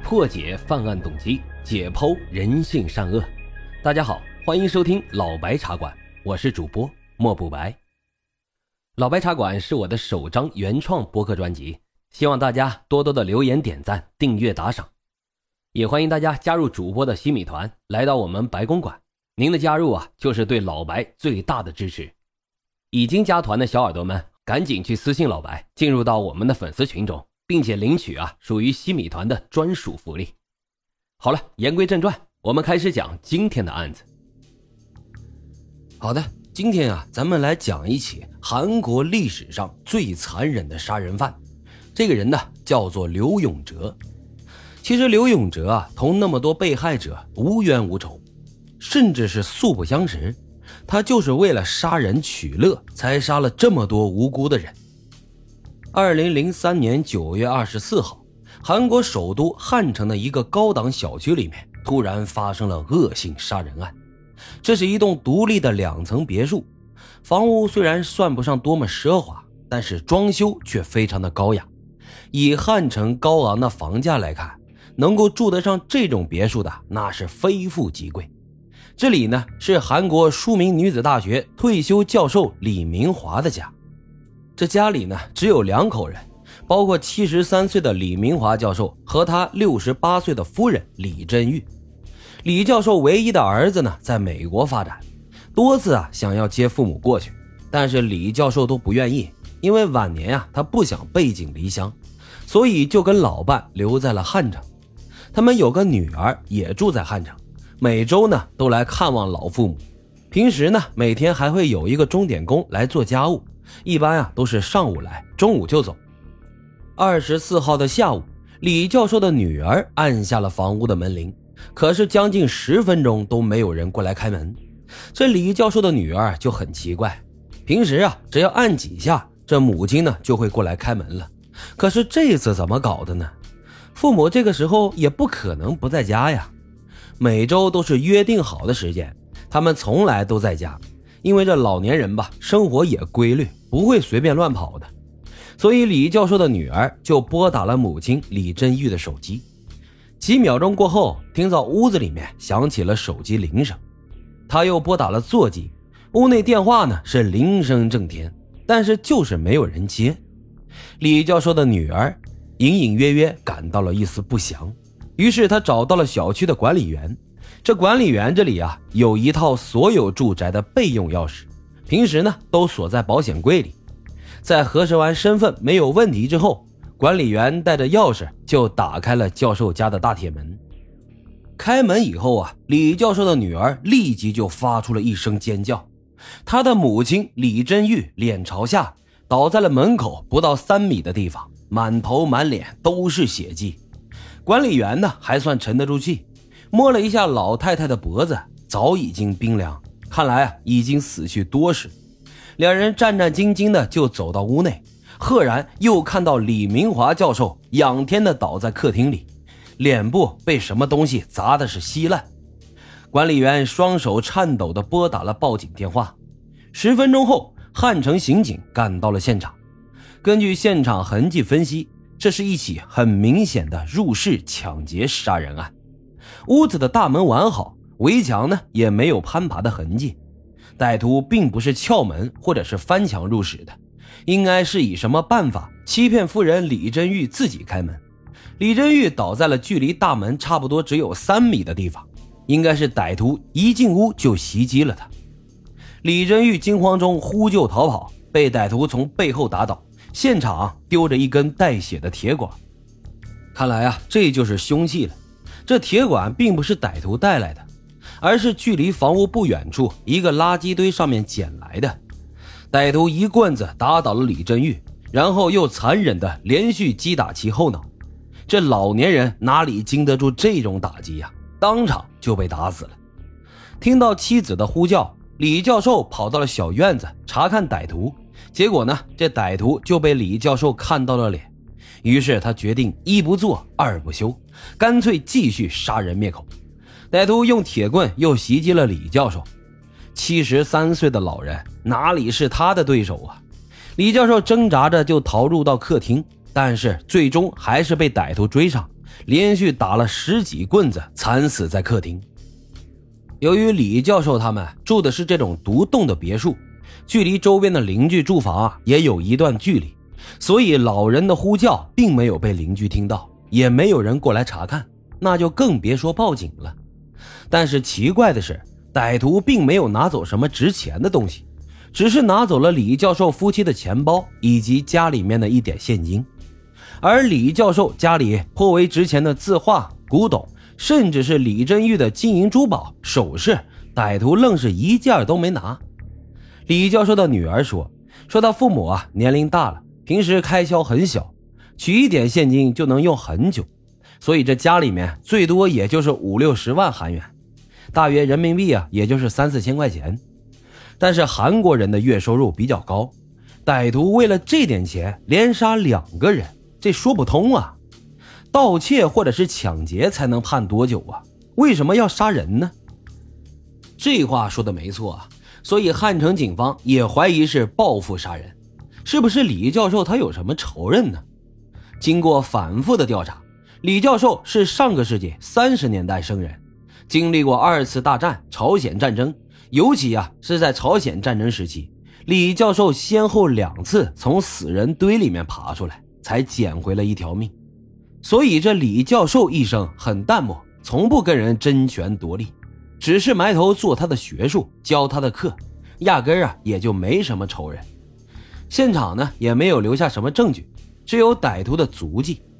破解犯案动机，解剖人性善恶。大家好，欢迎收听老白茶馆，我是主播莫不白。老白茶馆是我的首张原创播客专辑，希望大家多多的留言点赞订阅打赏，也欢迎大家加入主播的西米团，来到我们白公馆，您的加入就是对老白最大的支持。已经加团的小耳朵们赶紧去私信老白，进入到我们的粉丝群中，并且领取属于西米团的专属福利。好了，言归正传，我们开始讲今天的案子。好的，今天咱们来讲一起韩国历史上最残忍的杀人犯。这个人呢叫做刘永哲。其实刘永哲同那么多被害者无冤无仇，甚至是素不相识，他就是为了杀人取乐才杀了这么多无辜的人。2003年9月24号，韩国首都汉城的一个高档小区里面突然发生了恶性杀人案。这是一栋独立的2层别墅，房屋虽然算不上多么奢华，但是装修却非常的高雅。以汉城高昂的房价来看，能够住得上这种别墅的那是非富即贵。这里呢是韩国著名女子大学退休教授李明华的家。这家里呢只有2口人，包括73岁的李明华教授和他68岁的夫人李珍玉。李教授唯一的儿子呢在美国发展，多次想要接父母过去，但是李教授都不愿意，因为晚年他不想背井离乡，所以就跟老伴留在了汉城。他们有个女儿也住在汉城，每周呢都来看望老父母，平时呢每天还会有一个钟点工来做家务，一般都是上午来，中午就走。24号的下午，李教授的女儿按下了房屋的门铃，可是将近10分钟都没有人过来开门。这李教授的女儿就很奇怪，平时只要按几下，这母亲呢就会过来开门了，可是这次怎么搞的呢？父母这个时候也不可能不在家呀，每周都是约定好的时间，他们从来都在家，因为这老年人吧，生活也规律，不会随便乱跑的。所以李教授的女儿就拨打了母亲李珍玉的手机。几秒钟过后，听到屋子里面响起了手机铃声，他又拨打了座机，屋内电话呢是铃声震天，但是就是没有人接。李教授的女儿隐隐约约感到了一丝不祥，于是他找到了小区的管理员。这管理员这里有一套所有住宅的备用钥匙，平时呢都锁在保险柜里。在核实完身份没有问题之后，管理员带着钥匙就打开了教授家的大铁门。开门以后李教授的女儿立即就发出了一声尖叫，她的母亲李珍玉脸朝下倒在了门口不到3米的地方，满头满脸都是血迹。管理员呢还算沉得住气，摸了一下老太太的脖子，早已经冰凉，看来已经死去多时。两人战战兢兢的就走到屋内，赫然又看到李明华教授仰天的倒在客厅里，脸部被什么东西砸的是稀烂。管理员双手颤抖的拨打了报警电话。10分钟后，汉城刑警赶到了现场。根据现场痕迹分析，这是一起很明显的入室抢劫杀人案。屋子的大门完好，围墙呢也没有攀爬的痕迹，歹徒并不是撬门或者是翻墙入室的，应该是以什么办法欺骗夫人李珍玉自己开门。李珍玉倒在了距离大门差不多只有3米的地方，应该是歹徒一进屋就袭击了他。李珍玉惊慌中呼救逃跑，被歹徒从背后打倒，现场丢着一根带血的铁管。看来这就是凶器了。这铁管并不是歹徒带来的，而是距离房屋不远处一个垃圾堆上面捡来的。歹徒一棍子打倒了李珍玉，然后又残忍地连续击打其后脑。这老年人哪里经得住这种打击当场就被打死了。听到妻子的呼叫，李教授跑到了小院子查看歹徒，结果呢，这歹徒就被李教授看到了脸。于是他决定一不做二不休，干脆继续杀人灭口。歹徒用铁棍又袭击了李教授。73岁的老人哪里是他的对手李教授挣扎着就逃入到客厅，但是最终还是被歹徒追上， 连续打了10几棍子，惨死在客厅。由于李教授他们住的是这种独栋的别墅，距离周边的邻居住房也有一段距离，所以老人的呼叫并没有被邻居听到，也没有人过来查看，那就更别说报警了。但是奇怪的是，歹徒并没有拿走什么值钱的东西，只是拿走了李教授夫妻的钱包以及家里面的一点现金。而李教授家里颇为值钱的字画、古董，甚至是李振玉的金银珠宝、首饰，歹徒愣是一件都没拿。李教授的女儿说他父母年龄大了，平时开销很小，取一点现金就能用很久，所以这家里面最多也就是50-60万韩元，大约人民币也就是3-4千块钱。但是韩国人的月收入比较高，歹徒为了这点钱连杀2个人，这说不通啊！盗窃或者是抢劫才能判多久啊？为什么要杀人呢？这话说的没错所以汉城警方也怀疑是报复杀人。是不是李教授他有什么仇人呢？经过反复的调查，李教授是上个世纪30年代生人，经历过2次大战、朝鲜战争，尤其是在朝鲜战争时期，李教授先后2次从死人堆里面爬出来，才捡回了一条命。所以这李教授一生很淡漠，从不跟人争权夺利，只是埋头做他的学术，教他的课，压根也就没什么仇人。现场呢也没有留下什么证据，只有歹徒的足迹。